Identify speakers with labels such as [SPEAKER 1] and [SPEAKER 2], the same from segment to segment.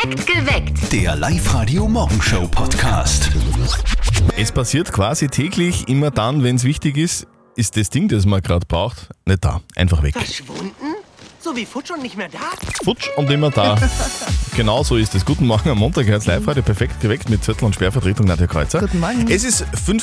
[SPEAKER 1] Perfekt geweckt.
[SPEAKER 2] Der Live-Radio-Morgenshow-Podcast.
[SPEAKER 3] Es passiert quasi täglich, immer dann, wenn es wichtig ist das Ding, das man gerade braucht, nicht da. Einfach weg.
[SPEAKER 4] Verschwunden? So wie Futsch und nicht mehr da?
[SPEAKER 3] Futsch und immer da. Genau so ist es. Guten Morgen am Montag, jetzt live heute perfekt geweckt mit Zettel und Sperrvertretung Nadja Kreuzer.
[SPEAKER 5] Guten Morgen.
[SPEAKER 3] Es ist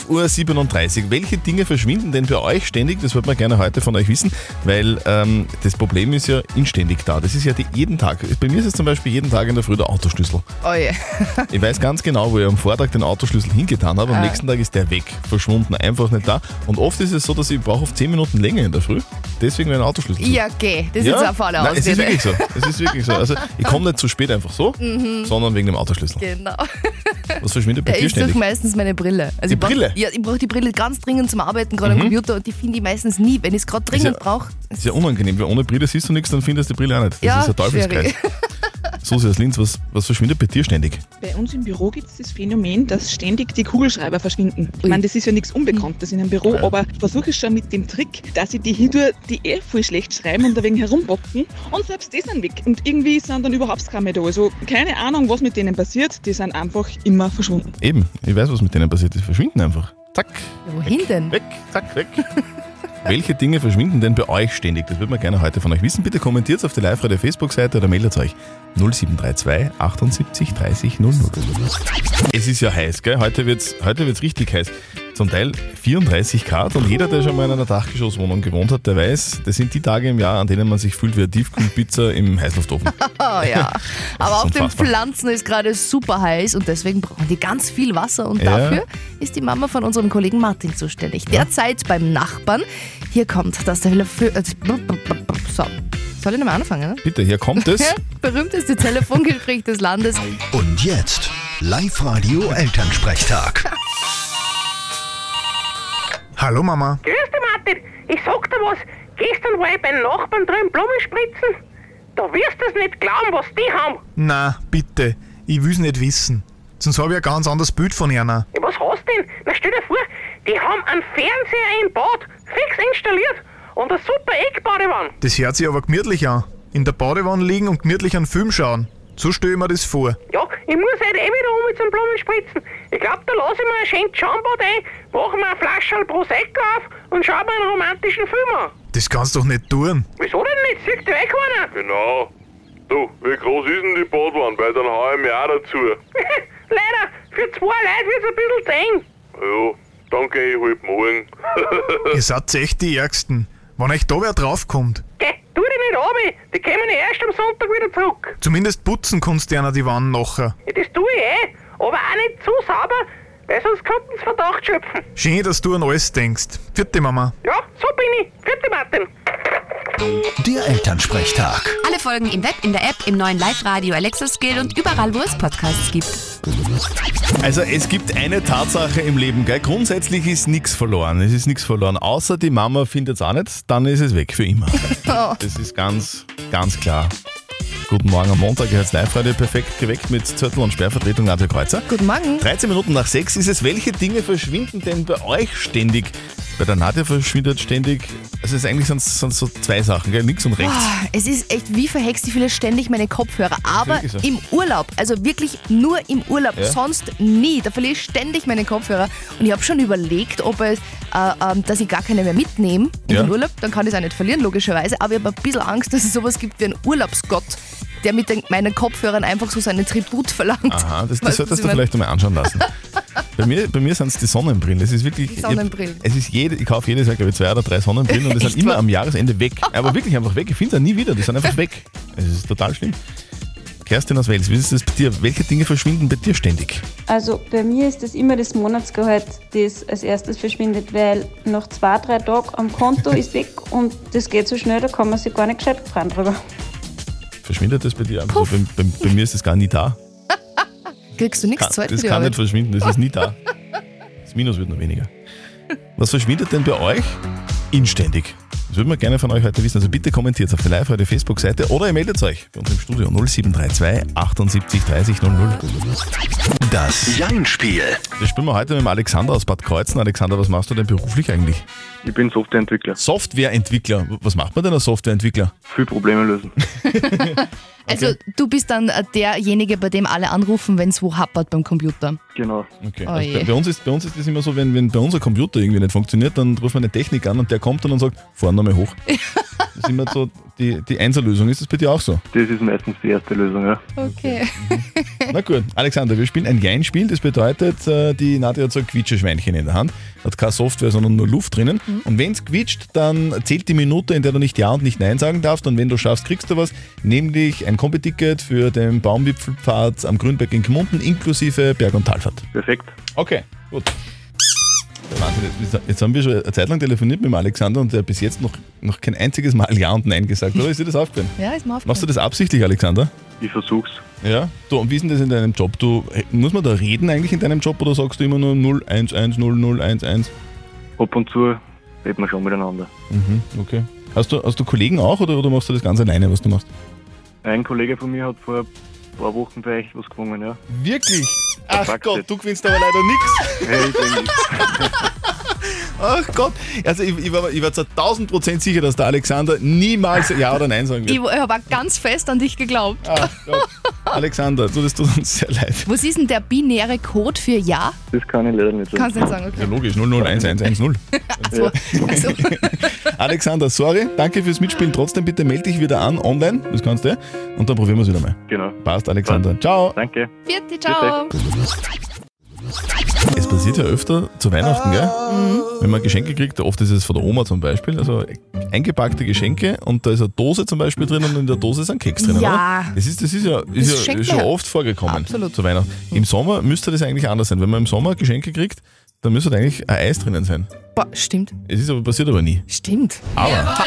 [SPEAKER 3] 5:37 Uhr. Welche Dinge verschwinden denn bei euch ständig? Das würde man gerne heute von euch wissen, weil das Problem ist ja inständig da. Das ist ja jeden Tag. Bei mir ist es zum Beispiel jeden Tag in der Früh der Autoschlüssel.
[SPEAKER 5] Oh je.
[SPEAKER 3] Ich weiß ganz genau, wo ich am Vortag den Autoschlüssel hingetan habe. Am nächsten Tag ist der weg, verschwunden, einfach nicht da. Und oft ist es so, dass ich brauche oft 10 Minuten länger in der Früh. Deswegen mein Autoschlüssel.
[SPEAKER 5] Ja, okay. Das ist jetzt auf alle
[SPEAKER 3] Nein, es ist
[SPEAKER 5] Ausrede.
[SPEAKER 3] wirklich so. Es ist wirklich so. Also ich komme nicht zu spät einfach so, sondern wegen dem Autoschlüssel.
[SPEAKER 5] Genau.
[SPEAKER 3] Was verschwindet bei
[SPEAKER 5] Da
[SPEAKER 3] dir
[SPEAKER 5] ist doch
[SPEAKER 3] ständig?
[SPEAKER 5] meistens meine Brille. Also
[SPEAKER 3] Die Brille?
[SPEAKER 5] Ich brauche die Brille ganz dringend zum Arbeiten, gerade am Computer, und die finde ich meistens nie. Wenn ich es gerade dringend brauche.
[SPEAKER 3] Das ist ja unangenehm, weil ohne Brille siehst du nichts, dann findest du die Brille auch nicht. Das
[SPEAKER 5] Ja,
[SPEAKER 3] ist ein Teufelskreis.
[SPEAKER 5] schwierig.
[SPEAKER 3] Susi aus Linz, was verschwindet bei dir ständig?
[SPEAKER 6] Bei uns im Büro gibt es das Phänomen, dass ständig die Kugelschreiber verschwinden. Ich meine, das ist ja nichts Unbekanntes in einem Büro, aber ich versuche es schon mit dem Trick, dass ich die hier die voll schlecht schreiben und ein wenig herumbocken und selbst die sind weg. Und irgendwie sind dann überhaupt keine mehr da. Also keine Ahnung, was mit denen passiert, die sind einfach immer verschwunden.
[SPEAKER 3] Eben, ich weiß, was mit denen passiert ist. Verschwinden einfach. Zack.
[SPEAKER 5] Wohin denn?
[SPEAKER 3] Weg, zack, weg. Welche Dinge verschwinden denn bei euch ständig? Das würde man gerne heute von euch wissen. Bitte kommentiert auf der Live-Radio-Facebook-Seite oder meldet euch 0732 78 30 00. Es ist ja heiß, gell? Heute wird's richtig heiß. Zum Teil 34 Grad und jeder, der schon mal in einer Dachgeschosswohnung gewohnt hat, der weiß, das sind die Tage im Jahr, an denen man sich fühlt wie eine Tiefkühlpizza im Heißluftofen.
[SPEAKER 5] Oh ja. Aber auch den
[SPEAKER 3] unfassbar.
[SPEAKER 5] Pflanzen ist gerade super heiß und deswegen brauchen die ganz viel Wasser. Und
[SPEAKER 3] Ja.
[SPEAKER 5] dafür ist die Mama von unserem Kollegen Martin zuständig. Derzeit beim Nachbarn. Hier kommt das Telefon. So. Soll ich nochmal anfangen? Ne?
[SPEAKER 3] Bitte, hier kommt es.
[SPEAKER 5] Berühmteste Telefongespräch des Landes.
[SPEAKER 2] Und jetzt Live-Radio-Elternsprechtag.
[SPEAKER 7] Hallo Mama.
[SPEAKER 8] Grüß dich, Martin. Ich sag dir was. Gestern war ich beim Nachbarn drüben Blumen spritzen. Da wirst du es nicht glauben, was die haben.
[SPEAKER 7] Na, bitte. Ich will's nicht wissen. Sonst habe ich ein ganz anderes Bild von einer.
[SPEAKER 8] Ja, was hast du denn? Na, stell dir vor, die haben einen Fernseher im Bad fix installiert und eine super Eckbadewanne.
[SPEAKER 7] Das hört sich aber gemütlich an. In der Badewanne liegen und gemütlich einen Film schauen. So stelle ich mir das vor.
[SPEAKER 8] Ja, ich muss heute wieder zum Blumenspritzen. Ich glaube, da lasse ich mir ein schönes Schaumbad ein, mache mir eine Flasche Prosecco auf und schaue mir einen romantischen Film an.
[SPEAKER 7] Das kannst du doch nicht tun.
[SPEAKER 8] Wieso denn nicht? Sieht dir keiner?
[SPEAKER 9] Genau. Du, wie groß ist denn die Badwanne? Weil dann hau ich mir auch dazu.
[SPEAKER 8] Leider, für 2 Leute wird es ein bisschen zu eng.
[SPEAKER 9] Ja, dann geh ich halt morgen.
[SPEAKER 7] Ihr seid echt die Ärgsten. Wenn euch da wer draufkommt.
[SPEAKER 8] Geh, tu dich nicht runter. Die kommen ja erst am Sonntag wieder zurück.
[SPEAKER 7] Zumindest putzen kannst du einer die Wanne nachher.
[SPEAKER 8] Ja, das tue ich aber auch nicht zu sauber, weil sonst könnten sie Verdacht schöpfen.
[SPEAKER 7] Schön, dass du an alles denkst. Vierte Mama.
[SPEAKER 8] Ja, so bin ich. Vierte Martin.
[SPEAKER 2] Der Elternsprechtag.
[SPEAKER 1] Alle Folgen im Web, in der App, im neuen Live-Radio Alexa Skill und überall, wo es Podcasts gibt.
[SPEAKER 3] Also es gibt eine Tatsache im Leben, gell? Grundsätzlich ist nichts verloren. Es ist nichts verloren. Außer die Mama findet es auch nicht, dann ist es weg für immer. Das ist ganz, ganz klar. Guten Morgen am Montag, jetzt Live-Radio perfekt geweckt mit Zettel und Sperrvertretung Nadja Kreuzer.
[SPEAKER 5] Guten Morgen.
[SPEAKER 3] 13 Minuten nach 6 ist es. Welche Dinge verschwinden denn bei euch ständig? Bei der Nadja verschwindet ständig, also es ist eigentlich sonst so 2 Sachen, gell? Links und rechts.
[SPEAKER 5] Es ist echt wie verhext, ich fühle ständig meine Kopfhörer. Aber
[SPEAKER 3] Wirklich so?
[SPEAKER 5] im Urlaub, also wirklich nur im Urlaub,
[SPEAKER 3] Ja.
[SPEAKER 5] sonst nie. Da verliere ich ständig meine Kopfhörer. Und ich habe schon überlegt, dass ich gar keine mehr mitnehme in
[SPEAKER 3] Ja.
[SPEAKER 5] den Urlaub. Dann kann ich es auch nicht verlieren, logischerweise. Aber ich habe ein bisschen Angst, dass es sowas gibt wie einen Urlaubsgott, der mit meinen Kopfhörern einfach so seinen Tribut verlangt.
[SPEAKER 3] Aha, das
[SPEAKER 5] Weißt
[SPEAKER 3] solltest
[SPEAKER 5] ich
[SPEAKER 3] du
[SPEAKER 5] mein?
[SPEAKER 3] vielleicht einmal anschauen lassen. Bei mir sind es die Sonnenbrillen. Es ist wirklich,
[SPEAKER 5] Die Sonnenbrillen.
[SPEAKER 3] Ich kaufe jedes Jahr, glaube ich, 2 oder 3 Sonnenbrillen und die sind
[SPEAKER 5] Echt
[SPEAKER 3] immer
[SPEAKER 5] wahr?
[SPEAKER 3] am Jahresende weg. Aber wirklich einfach weg. Ich finde sie nie wieder. Die sind einfach weg. Es ist total schlimm. Kerstin aus Wels, wie ist das bei dir? Welche Dinge verschwinden bei dir ständig?
[SPEAKER 10] Also bei mir ist das immer das Monatsgehalt, das als erstes verschwindet, weil nach 2-3 Tagen am Konto ist weg und das geht so schnell, da kann man sich gar nicht gescheit freuen drüber.
[SPEAKER 3] Verschwindet das bei dir? Also bei mir ist das gar nie da.
[SPEAKER 5] Kriegst du nichts Zeit für
[SPEAKER 3] Das
[SPEAKER 5] die
[SPEAKER 3] kann nicht
[SPEAKER 5] Arbeit?
[SPEAKER 3] verschwinden, das ist nie da. Das Minus wird nur weniger. Was verschwindet denn bei euch inständig? Das würden wir gerne von euch heute wissen. Also bitte kommentiert auf der Live-Radio-Facebook-Seite oder ihr meldet euch bei uns im Studio 0732 78 30 00.
[SPEAKER 2] Das Jein-Spiel.
[SPEAKER 3] Das spielen wir heute mit dem Alexander aus Bad Kreuzen. Alexander, was machst du denn beruflich eigentlich?
[SPEAKER 9] Ich bin Softwareentwickler.
[SPEAKER 3] Softwareentwickler. Was macht man denn als Softwareentwickler?
[SPEAKER 9] Viel Probleme lösen.
[SPEAKER 5] Also du bist dann derjenige, bei dem alle anrufen, wenn es wo happert beim Computer.
[SPEAKER 11] Genau.
[SPEAKER 3] Okay.
[SPEAKER 5] Oh
[SPEAKER 3] Also
[SPEAKER 5] je.
[SPEAKER 3] bei uns ist das immer so, wenn bei unser Computer irgendwie nicht funktioniert, dann rufen wir eine Technik an und der kommt dann und sagt, fahr nochmal hoch. Das ist immer so die Einserlösung. Ist das bei dir auch so?
[SPEAKER 11] Das ist meistens die erste Lösung, ja.
[SPEAKER 5] Okay.
[SPEAKER 3] Na gut, Alexander, wir spielen ein Jein-Spiel. Das bedeutet, die Nadja hat so ein Quietscheschweinchen in der Hand, hat keine Software, sondern nur Luft drinnen. Und wenn es quietscht, dann zählt die Minute, in der du nicht Ja und nicht Nein sagen darfst. Und wenn du schaffst, kriegst du was, nämlich ein Kombi-Ticket für den Baumwipfelpfad am Grünberg in Gmunden inklusive Berg- und Talfahrt.
[SPEAKER 11] Perfekt.
[SPEAKER 3] Okay, gut. Wahnsinn, jetzt haben wir schon eine Zeit lang telefoniert mit dem Alexander und der hat bis jetzt noch kein einziges Mal Ja und Nein gesagt, oder? Ist dir das aufgefallen?
[SPEAKER 5] Ja, ist mir aufgefallen.
[SPEAKER 3] Machst du das absichtlich, Alexander?
[SPEAKER 11] Ich versuch's.
[SPEAKER 3] Ja. Du, und wie ist denn das in deinem Job? Muss man da reden eigentlich in deinem Job oder sagst du immer nur 0110011?
[SPEAKER 11] Ab und zu reden wir schon miteinander.
[SPEAKER 3] Mhm, okay. Hast du Kollegen auch oder machst du das ganz alleine, was du machst?
[SPEAKER 11] Ein Kollege von mir hat vor ein paar Wochen für euch was gewonnen, ja.
[SPEAKER 3] Wirklich? Ach
[SPEAKER 11] Fakt
[SPEAKER 3] Gott,
[SPEAKER 11] jetzt.
[SPEAKER 3] du gewinnst aber leider nichts.
[SPEAKER 11] Hey, ich denke,
[SPEAKER 3] Ach Gott. Also ich war zu 1000% sicher, dass der Alexander niemals Ja oder Nein sagen
[SPEAKER 5] Ich
[SPEAKER 3] wird.
[SPEAKER 5] habe auch ganz fest an dich geglaubt.
[SPEAKER 3] Ach Gott. Alexander, das tut uns sehr leid.
[SPEAKER 5] Was ist denn der binäre Code für Ja?
[SPEAKER 11] das kann ich leider nicht sagen.
[SPEAKER 5] Kannst du nicht sagen,
[SPEAKER 3] Ja,
[SPEAKER 5] okay.
[SPEAKER 3] logisch, 001110.
[SPEAKER 11] Ja.
[SPEAKER 5] Also,
[SPEAKER 3] Alexander, sorry, danke fürs Mitspielen. Trotzdem bitte melde dich wieder an online, das kannst du, und dann probieren wir es wieder mal.
[SPEAKER 11] Genau.
[SPEAKER 3] Passt, Alexander. Ciao.
[SPEAKER 11] Danke.
[SPEAKER 5] vierte, ciao.
[SPEAKER 3] Es passiert ja öfter zu Weihnachten, gell? Wenn man Geschenke kriegt, oft ist es von der Oma zum Beispiel, also eingepackte Geschenke und da ist eine Dose zum Beispiel drin und in der Dose ist ein Keks drin,
[SPEAKER 5] Ja.
[SPEAKER 3] oder? Das ist
[SPEAKER 5] schenkt
[SPEAKER 3] schon
[SPEAKER 5] man ja.
[SPEAKER 3] oft vorgekommen
[SPEAKER 5] Absolut.
[SPEAKER 3] zu Weihnachten. Im Sommer müsste das eigentlich anders sein. Wenn man im Sommer Geschenke kriegt, dann müsste da eigentlich ein Eis drinnen sein.
[SPEAKER 5] Boah, stimmt.
[SPEAKER 3] Passiert aber nie.
[SPEAKER 5] Stimmt.
[SPEAKER 3] Aber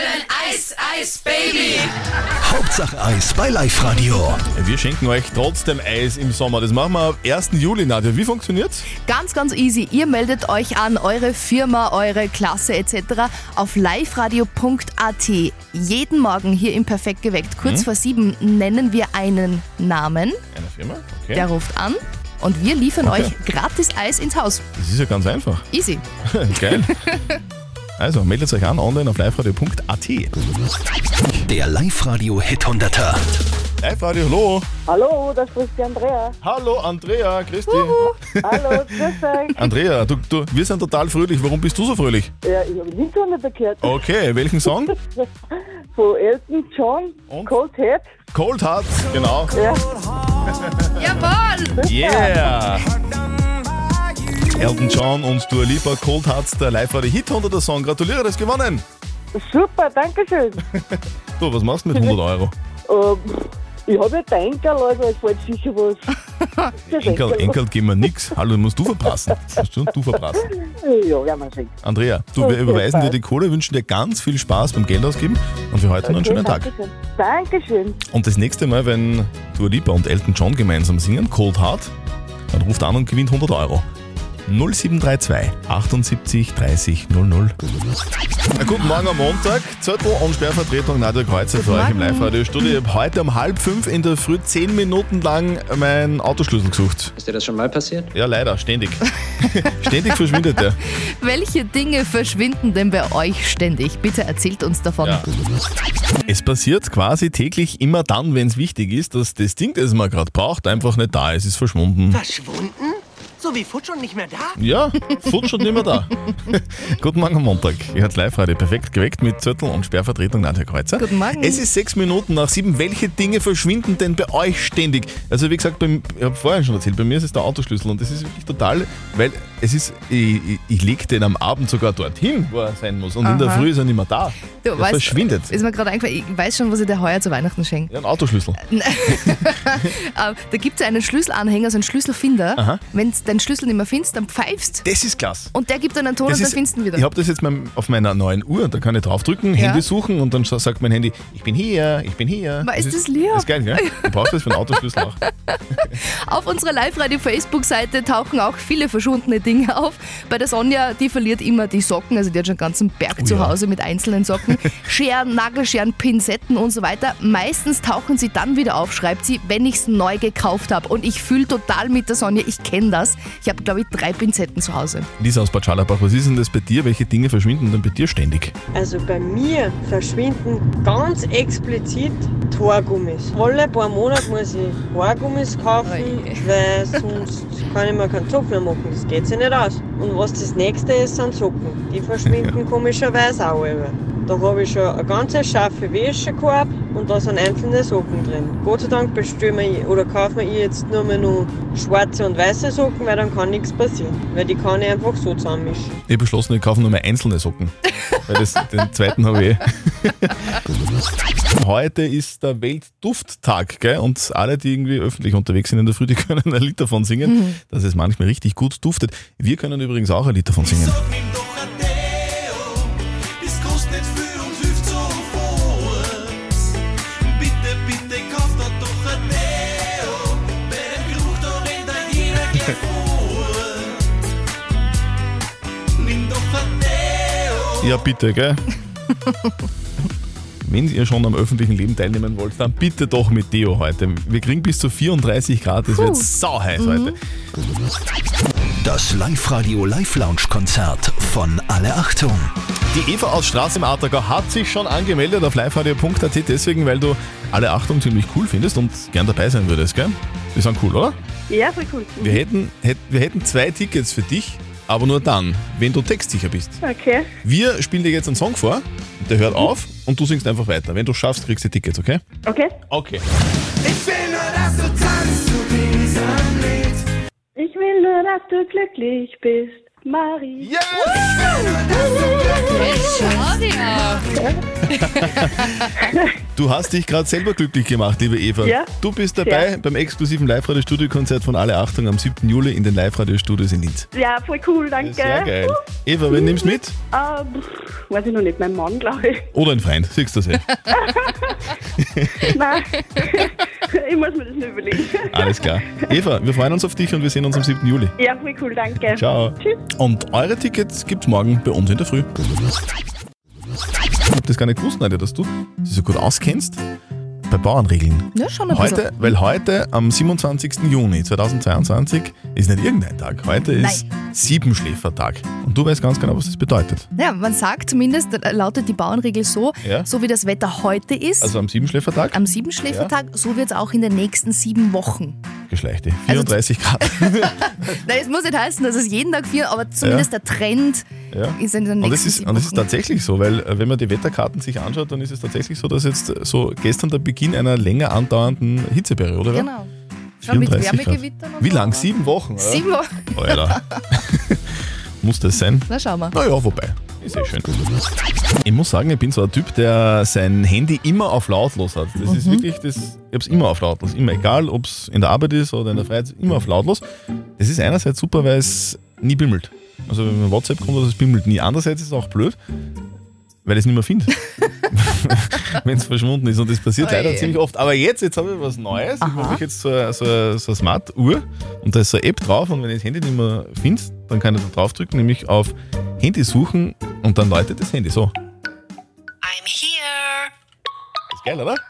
[SPEAKER 2] Hauptsache Eis bei Live-Radio.
[SPEAKER 3] wir schenken euch trotzdem Eis im Sommer. Das machen wir am 1. Juli, Nadja. Wie funktioniert's?
[SPEAKER 5] Ganz, ganz easy. Ihr meldet euch an, eure Firma, eure Klasse etc. auf liveradio.at. Jeden Morgen hier im Perfekt geweckt, kurz vor 7, nennen wir einen Namen.
[SPEAKER 3] Eine Firma? Okay.
[SPEAKER 5] Der ruft an und wir liefern
[SPEAKER 3] Okay.
[SPEAKER 5] euch gratis Eis ins Haus.
[SPEAKER 3] Das ist ja ganz einfach.
[SPEAKER 5] Easy.
[SPEAKER 3] Geil. Also, meldet euch an online auf liveradio.at.
[SPEAKER 2] Der Live-Radio-Hit 100er.
[SPEAKER 3] Live-Radio, hallo.
[SPEAKER 12] Hallo, da spricht die Andrea.
[SPEAKER 3] Hallo, Andrea, grüß dich.
[SPEAKER 12] Hallo, grüß euch.
[SPEAKER 3] Andrea, wir sind total fröhlich. Warum bist du so fröhlich?
[SPEAKER 12] Ja, ich habe nicht von der gehört.
[SPEAKER 3] Okay, welchen Song?
[SPEAKER 12] Von Elton John,
[SPEAKER 3] Und?
[SPEAKER 12] Cold Head.
[SPEAKER 3] Cold Heart, genau.
[SPEAKER 12] Ja.
[SPEAKER 5] Jawohl!
[SPEAKER 3] Yeah! Elton John und Dua Lipa, Cold Hearts, der Live-Radio Hit 100er Song. Gratuliere, das gewonnen.
[SPEAKER 12] Super, danke schön.
[SPEAKER 3] Du, was machst du mit 100 Euro?
[SPEAKER 12] Ich habe jetzt einen Enkel, also es fällt sicher was. Das
[SPEAKER 3] Enkel geben wir nix. Hallo, musst du verprassen. Das musst du verprassen.
[SPEAKER 12] Ja, werden wir sehen.
[SPEAKER 3] Andrea, du, wir
[SPEAKER 12] Okay,
[SPEAKER 3] überweisen dir
[SPEAKER 12] passt.
[SPEAKER 3] die Kohle, wünschen dir ganz viel Spaß beim Geld ausgeben und für heute noch einen schönen Tag.
[SPEAKER 12] Dankeschön. Dankeschön.
[SPEAKER 3] Und das nächste Mal, wenn Dua Lipa und Elton John gemeinsam singen, Cold Heart, dann ruft an und gewinnt 100 Euro. 0732 78 30 00. Guten Morgen am Montag. Zettel und Sperrvertretung Nadja Kreuzer für euch im Live-Radio-Studio. Ich habe heute um 4:30 in der Früh 10 Minuten lang meinen Autoschlüssel gesucht.
[SPEAKER 13] Ist dir das schon mal passiert?
[SPEAKER 3] Ja, leider, ständig. Ständig verschwindet der.
[SPEAKER 5] Welche Dinge verschwinden denn bei euch ständig? Bitte erzählt uns davon.
[SPEAKER 3] Ja. Es passiert quasi täglich immer dann, wenn es wichtig ist, dass das Ding, das man gerade braucht, einfach nicht da ist. Es ist verschwunden.
[SPEAKER 4] Verschwunden? So wie Futsch und nicht mehr da?
[SPEAKER 3] Ja, Futsch und nicht mehr da. Guten Morgen am Montag. Ihr hört Live-Radio perfekt geweckt mit Zettel und Sperrvertretung Nadja Kreuzer.
[SPEAKER 5] Guten Morgen.
[SPEAKER 3] Es ist 6 Minuten nach 7. Welche Dinge verschwinden denn bei euch ständig? Also wie gesagt, ich habe vorhin schon erzählt, bei mir ist es der Autoschlüssel und das ist wirklich total, weil es ist, ich lege den am Abend sogar dorthin, wo er sein muss und in der
[SPEAKER 5] Aha.
[SPEAKER 3] Früh ist er nicht mehr da.
[SPEAKER 5] Du
[SPEAKER 3] Er
[SPEAKER 5] weißt,
[SPEAKER 3] verschwindet.
[SPEAKER 5] Ist mir gerade eingefallen, ich weiß schon, was ich dir heuer zu Weihnachten schenke.
[SPEAKER 3] Ja, ein Autoschlüssel.
[SPEAKER 5] Da gibt es einen Schlüsselanhänger, so einen Schlüsselfinder.
[SPEAKER 3] Aha.
[SPEAKER 5] Wenn du deinen Schlüssel nicht mehr findest, dann pfeifst
[SPEAKER 3] Das ist klasse.
[SPEAKER 5] und der gibt dann einen Ton und dann findest du ihn wieder.
[SPEAKER 3] Ich habe das jetzt auf meiner neuen Uhr, da kann ich draufdrücken,
[SPEAKER 5] Ja.
[SPEAKER 3] Handy suchen und dann sagt mein Handy, ich bin hier, ich bin hier.
[SPEAKER 5] Aber ist das lieb?
[SPEAKER 3] Das ist geil, gell? Du brauchst das für einen Autoschlüssel auch.
[SPEAKER 5] Auf unserer Live-Radio-Facebook-Seite tauchen auch viele verschwundene Dinge auf. Bei der Sonja, die verliert immer die Socken, also die hat schon einen ganzen Berg zu Hause mit einzelnen Socken. Scheren, Nagelscheren, Pinsetten und so weiter. Meistens tauchen sie dann wieder auf, schreibt sie, wenn ich es neu gekauft habe. Und ich fühle total mit der Sonja, ich kenne das. Ich habe, glaube ich, 3 Pinzetten zu Hause.
[SPEAKER 3] Lisa aus Bad Scharlachbach, was ist denn das bei dir? Welche Dinge verschwinden denn bei dir ständig?
[SPEAKER 13] Also bei mir verschwinden ganz explizit die Haargummis. Alle paar Monate muss ich Haargummis kaufen, weil sonst kann ich mir keinen Zopf mehr machen. Das geht sich nicht aus. Und was das nächste ist, sind Socken. Die verschwinden komischerweise auch immer. Da habe ich schon eine ganz scharfe Wäschekorb und da sind einzelne Socken drin. Gott sei Dank kaufe ich jetzt nur mehr noch schwarze und weiße Socken, weil dann kann nichts passieren. Weil die kann ich einfach so zusammenmischen.
[SPEAKER 3] Ich habe beschlossen, ich kaufe nur mehr einzelne Socken. Weil den zweiten habe ich Heute ist der Weltdufttag, gell? Und alle, die irgendwie öffentlich unterwegs sind in der Früh, die können ein Lied davon singen, dass es manchmal richtig gut duftet. Wir können übrigens auch ein Lied davon singen. Ja, bitte, gell? Wenn ihr schon am öffentlichen Leben teilnehmen wollt, dann bitte doch mit Deo heute. Wir kriegen bis zu 34 Grad, es wird sauheiß heute.
[SPEAKER 2] Das Live-Radio Live-Lounge-Konzert von Alle Achtung.
[SPEAKER 3] Die Eva aus Straße im Artagau hat sich schon angemeldet auf liveradio.at, deswegen, weil du Alle Achtung ziemlich cool findest und gern dabei sein würdest, gell? Die sind cool, oder?
[SPEAKER 14] Ja, voll cool.
[SPEAKER 3] Wir hätten 2 Tickets für dich, aber nur dann, wenn du textsicher bist.
[SPEAKER 14] Okay.
[SPEAKER 3] Wir spielen dir jetzt einen Song vor, der hört auf und du singst einfach weiter. Wenn du schaffst, kriegst du Tickets, okay?
[SPEAKER 14] Okay.
[SPEAKER 3] Okay.
[SPEAKER 15] Ich will nur, dass du tanzt zu diesem Lied.
[SPEAKER 14] Ich will nur, dass du glücklich bist, Marie.
[SPEAKER 3] Ja! Du hast dich gerade selber glücklich gemacht, liebe Eva.
[SPEAKER 14] Ja.
[SPEAKER 3] Du bist dabei beim exklusiven Live-Radio-Studio-Konzert von Alle Achtung am 7. Juli in den Live-Radio-Studios in Linz.
[SPEAKER 14] Ja, voll cool, danke.
[SPEAKER 3] Sehr geil. Eva, wen nimmst du mit?
[SPEAKER 14] Weiß ich noch nicht, mein Mann, glaube ich.
[SPEAKER 3] Oder ein Freund, siehst du das eh?
[SPEAKER 14] Nein, ich muss mir das nicht überlegen.
[SPEAKER 3] Alles klar. Eva, wir freuen uns auf dich und wir sehen uns am 7. Juli.
[SPEAKER 14] Ja, voll cool, danke.
[SPEAKER 3] Ciao.
[SPEAKER 14] Tschüss.
[SPEAKER 3] Und eure Tickets gibt's morgen bei uns in der Früh. Ich hab das gar nicht gewusst, Nadja, dass du dich so gut auskennst bei Bauernregeln.
[SPEAKER 5] Ja, schon ein bisschen.
[SPEAKER 3] Weil heute am 27. Juni 2022 ist nicht irgendein Tag. Heute ist Siebenschläfertag. Und du weißt ganz genau, was das bedeutet.
[SPEAKER 5] Ja, man sagt zumindest, lautet die Bauernregel so,
[SPEAKER 3] Ja.
[SPEAKER 5] so wie das Wetter heute ist,
[SPEAKER 3] Also am Siebenschläfertag?
[SPEAKER 5] am Siebenschläfertag, so wird es auch in den nächsten 7 Wochen.
[SPEAKER 3] Geschlechte. 34 Grad.
[SPEAKER 5] Nein, es muss nicht heißen, dass es jeden Tag 4, aber zumindest der Trend
[SPEAKER 3] Ja.
[SPEAKER 5] ist in den
[SPEAKER 3] Und
[SPEAKER 5] nächsten
[SPEAKER 3] das
[SPEAKER 5] 7
[SPEAKER 3] ist
[SPEAKER 5] Wochen.
[SPEAKER 3] tatsächlich so, weil wenn man die Wetterkarten sich anschaut, dann ist es tatsächlich so, dass jetzt so gestern der Beginn einer länger andauernden Hitzeperiode war.
[SPEAKER 5] Genau. Schon mit
[SPEAKER 3] 34 Grad.
[SPEAKER 5] Wärmegewittern und
[SPEAKER 3] Wie
[SPEAKER 5] so.
[SPEAKER 3] lang? 7 Wochen? Oder?
[SPEAKER 5] 7 Wochen.
[SPEAKER 3] Alter. Muss das sein?
[SPEAKER 5] Na, schauen wir.
[SPEAKER 3] Naja, wobei. Ist eh schön. Ich muss sagen, ich bin so ein Typ, der sein Handy immer auf lautlos hat. Das ist wirklich, ich hab's immer auf lautlos. Immer, egal, ob es in der Arbeit ist oder in der Freizeit, immer auf lautlos. Das ist einerseits super, weil es nie bimmelt. Also wenn man WhatsApp kommt, das bimmelt nie. Andererseits ist es auch blöd, weil ich es nicht mehr finde. Wenn es verschwunden ist. Und das passiert leider ziemlich oft. Aber jetzt habe ich was Neues. Ich habe jetzt so eine Smart-Uhr und da ist so eine App drauf und wenn ich das Handy nicht mehr finde, dann kann ich da draufdrücken, nämlich auf Handy suchen und dann läutet das Handy so.
[SPEAKER 15] I'm here.
[SPEAKER 3] Ist geil, oder?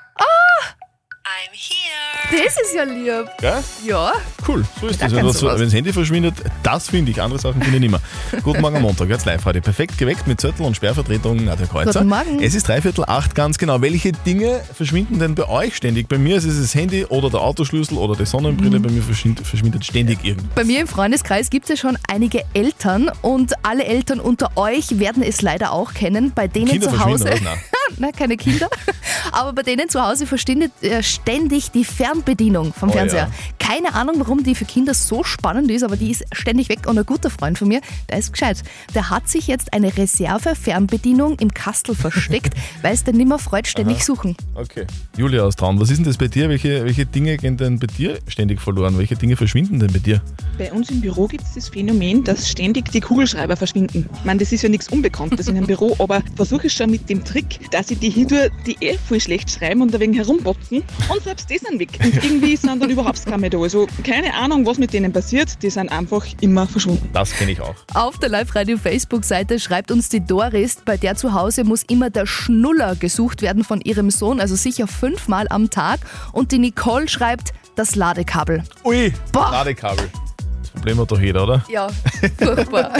[SPEAKER 15] I'm here.
[SPEAKER 5] Das ist ja lieb.
[SPEAKER 3] Gell?
[SPEAKER 5] Ja.
[SPEAKER 3] Cool, so ist das.
[SPEAKER 5] Da
[SPEAKER 3] Wenn
[SPEAKER 5] kannst du was.
[SPEAKER 3] das Handy verschwindet, das finde ich. Andere Sachen finde ich nicht mehr. Guten Morgen am Montag, jetzt live heute. Perfekt geweckt mit Zettel und Sperrvertretung Nadja Kreuzer.
[SPEAKER 5] Guten Morgen.
[SPEAKER 3] Es ist 7:45 ganz genau. Welche Dinge verschwinden denn bei euch ständig? Bei mir ist es das Handy oder der Autoschlüssel oder die Sonnenbrille. Bei mir verschwindet ständig irgendwas.
[SPEAKER 5] Bei mir im Freundeskreis gibt es schon einige Eltern und alle Eltern unter euch werden es leider auch kennen. Bei denen
[SPEAKER 3] Kinder
[SPEAKER 5] zu Hause,
[SPEAKER 3] verschwinden, oder?
[SPEAKER 5] nein, keine Kinder, aber bei denen zu Hause verschwindet ständig die Fernbedienung vom Fernseher.
[SPEAKER 3] ja.
[SPEAKER 5] Keine Ahnung, warum die für Kinder so spannend ist, aber die ist ständig weg. Und ein guter Freund von mir, der ist gescheit. Der hat sich jetzt eine Reserve-Fernbedienung im Kastel versteckt, weil es den nimmer freut, ständig suchen.
[SPEAKER 3] Okay. Julia aus Traun, was ist denn das bei dir? Welche Dinge gehen denn bei dir ständig verloren? Welche Dinge verschwinden denn bei dir?
[SPEAKER 6] Bei uns im Büro gibt es das Phänomen, dass ständig die Kugelschreiber verschwinden. Ich meine, das ist ja nichts Unbekanntes in einem Büro, aber versuche ich schon mit dem Trick, dass ich die hinter die voll schlecht schreiben und ein wenig herumbotzen und selbst die sind weg. Und irgendwie sind dann überhaupt keine mehr da. Also keine Ahnung, was mit denen passiert, die sind einfach immer verschwunden.
[SPEAKER 3] Das kenne ich auch.
[SPEAKER 5] Auf der Live-Radio-Facebook-Seite schreibt uns die Doris, bei der zu Hause muss immer der Schnuller gesucht werden von ihrem Sohn, also sicher 5-mal am Tag. Und die Nicole schreibt, das Ladekabel.
[SPEAKER 3] Ui,
[SPEAKER 5] Boah.
[SPEAKER 3] Ladekabel. Problem hat doch jeder, oder?
[SPEAKER 5] Ja, furchtbar.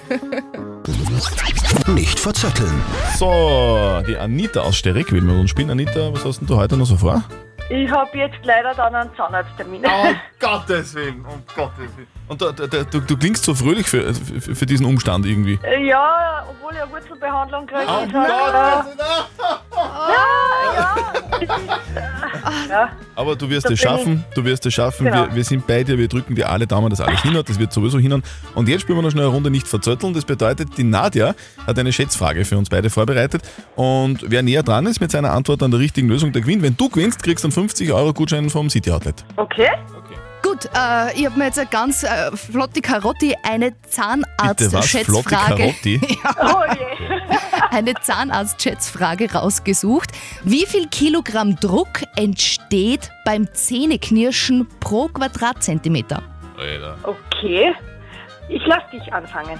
[SPEAKER 2] Nicht verzetteln.
[SPEAKER 3] So, die Anita aus Sterek will mit uns spielen. Anita, was hast denn du heute noch so vor?
[SPEAKER 14] Ich habe jetzt leider dann einen Zahnarzttermin.
[SPEAKER 3] Gottes Willen, Und du klingst so fröhlich für diesen Umstand irgendwie.
[SPEAKER 14] Ja, obwohl ich eine Wurzelbehandlung kriege. Ja.
[SPEAKER 3] Aber du wirst es schaffen,
[SPEAKER 14] Genau.
[SPEAKER 3] wir sind bei dir, wir drücken dir alle Daumen, dass alles hinhaut, das wird sowieso hinhauen. Und jetzt spielen wir noch schnell eine Runde nicht verzötteln. Das bedeutet, die Nadja hat eine Schätzfrage für uns beide vorbereitet und wer näher dran ist mit seiner Antwort an der richtigen Lösung, der gewinnt. Wenn du gewinnst, kriegst du einen 50-Euro-Gutschein vom City Outlet.
[SPEAKER 14] Okay.
[SPEAKER 5] Gut, ich habe mir jetzt eine ganz flotte Karotti, eine
[SPEAKER 3] Bitte was? Flotte
[SPEAKER 5] Zahnarztschätzfrage.
[SPEAKER 3] Karotti?
[SPEAKER 14] Oh je.
[SPEAKER 5] Eine Zahnarztschätzfrage rausgesucht. Wie viel Kilogramm Druck entsteht beim Zähneknirschen pro Quadratzentimeter?
[SPEAKER 3] Alter.
[SPEAKER 14] Okay. Ich lass dich anfangen.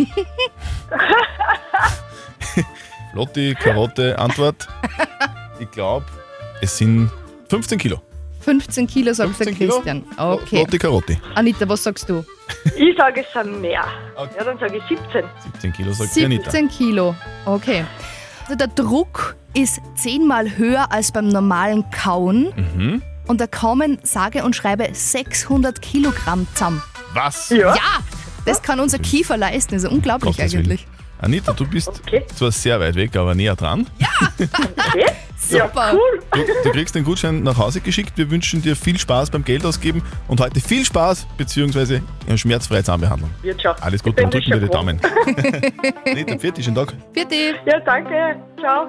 [SPEAKER 3] Flotti, Karotte, Antwort. Ich glaube, es sind 15 Kilo.
[SPEAKER 5] 15 Kilo, sagt der
[SPEAKER 3] 15 Kilo?
[SPEAKER 5] Christian. Okay.
[SPEAKER 3] Flotti, Karotti.
[SPEAKER 5] Anita, was sagst du?
[SPEAKER 14] Ich sage, es sind mehr. Ja, dann sage ich 17.
[SPEAKER 3] 17 Kilo, sagt die Anita.
[SPEAKER 5] 17 Kilo. Okay. Also der Druck ist 10-mal höher als beim normalen Kauen
[SPEAKER 3] Mhm.
[SPEAKER 5] und da kommen sage und schreibe 600 Kilogramm zusammen.
[SPEAKER 3] Was?
[SPEAKER 5] Ja! Das kann unser Kiefer leisten, das ist unglaublich
[SPEAKER 3] Gottes
[SPEAKER 5] eigentlich.
[SPEAKER 3] Anita, du bist zwar sehr weit weg, aber näher dran.
[SPEAKER 14] Okay.
[SPEAKER 5] Super.
[SPEAKER 3] Du kriegst den Gutschein nach Hause geschickt. Wir wünschen dir viel Spaß beim Geld ausgeben und heute viel Spaß bzw. eine schmerzfreie Zahnbehandlung.
[SPEAKER 14] Wird schon.
[SPEAKER 3] Alles Gute und drücken wir die Daumen. Anita, schönen Tag.
[SPEAKER 5] Bitte.
[SPEAKER 14] Ja, danke. Ciao.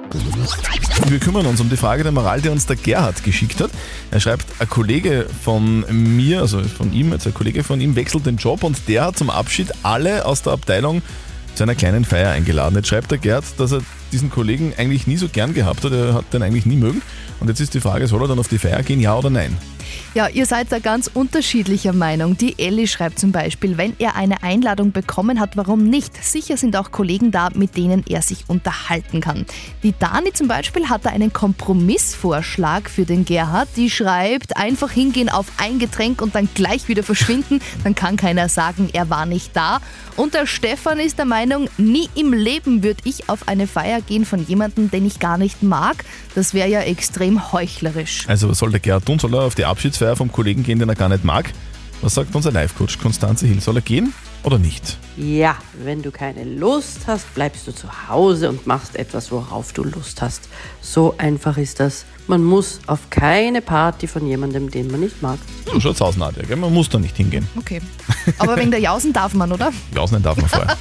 [SPEAKER 3] Wir kümmern uns um die Frage der Moral, die uns der Gerhard geschickt hat. Er schreibt, ein Kollege von mir, also von ihm, jetzt ein Kollege von ihm, wechselt den Job und der hat zum Abschied alle aus der Abteilung zu einer kleinen Feier eingeladen. Jetzt schreibt der Gerd, dass er diesen Kollegen eigentlich nie so gern gehabt hat, er hat den eigentlich nie mögen. Und jetzt ist die Frage, soll er dann auf die Feier gehen, ja oder nein?
[SPEAKER 5] Ja, ihr seid da ganz unterschiedlicher Meinung. Die Elli schreibt zum Beispiel, wenn er eine Einladung bekommen hat, warum nicht? Sicher sind auch Kollegen da, mit denen er sich unterhalten kann. Die Dani zum Beispiel hat da einen Kompromissvorschlag für den Gerhard. Die schreibt, einfach hingehen auf ein Getränk und dann gleich wieder verschwinden. Dann kann keiner sagen, er war nicht da. Und der Stefan ist der Meinung, nie im Leben würde ich auf eine Feier gehen von jemandem, den ich gar nicht mag. Das wäre ja extrem heuchlerisch.
[SPEAKER 3] Also was soll der Gerhard tun? Soll er auf die Abschiedsfeier vom Kollegen gehen, den er gar nicht mag? Was sagt unser Live-Coach Konstanze Hill? Soll er gehen oder nicht?
[SPEAKER 16] Ja, wenn du keine Lust hast, bleibst du zu Hause und machst etwas, worauf du Lust hast. So einfach ist das. Man muss auf keine Party von jemandem, den man nicht mag.
[SPEAKER 3] So schaut's aus, Nadja, gell? Man muss da nicht hingehen.
[SPEAKER 5] Okay. Aber wegen der Jausen darf man, oder?
[SPEAKER 3] Jausen darf man vorher.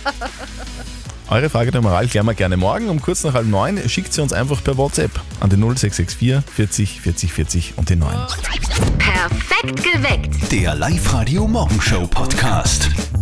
[SPEAKER 3] Eure Frage der Moral klären wir gerne morgen um kurz nach 8:30. Schickt sie uns einfach per WhatsApp an die 0664 40 40 40 und die 9.
[SPEAKER 1] Perfekt geweckt.
[SPEAKER 2] Der Live-Radio Morgenshow Podcast.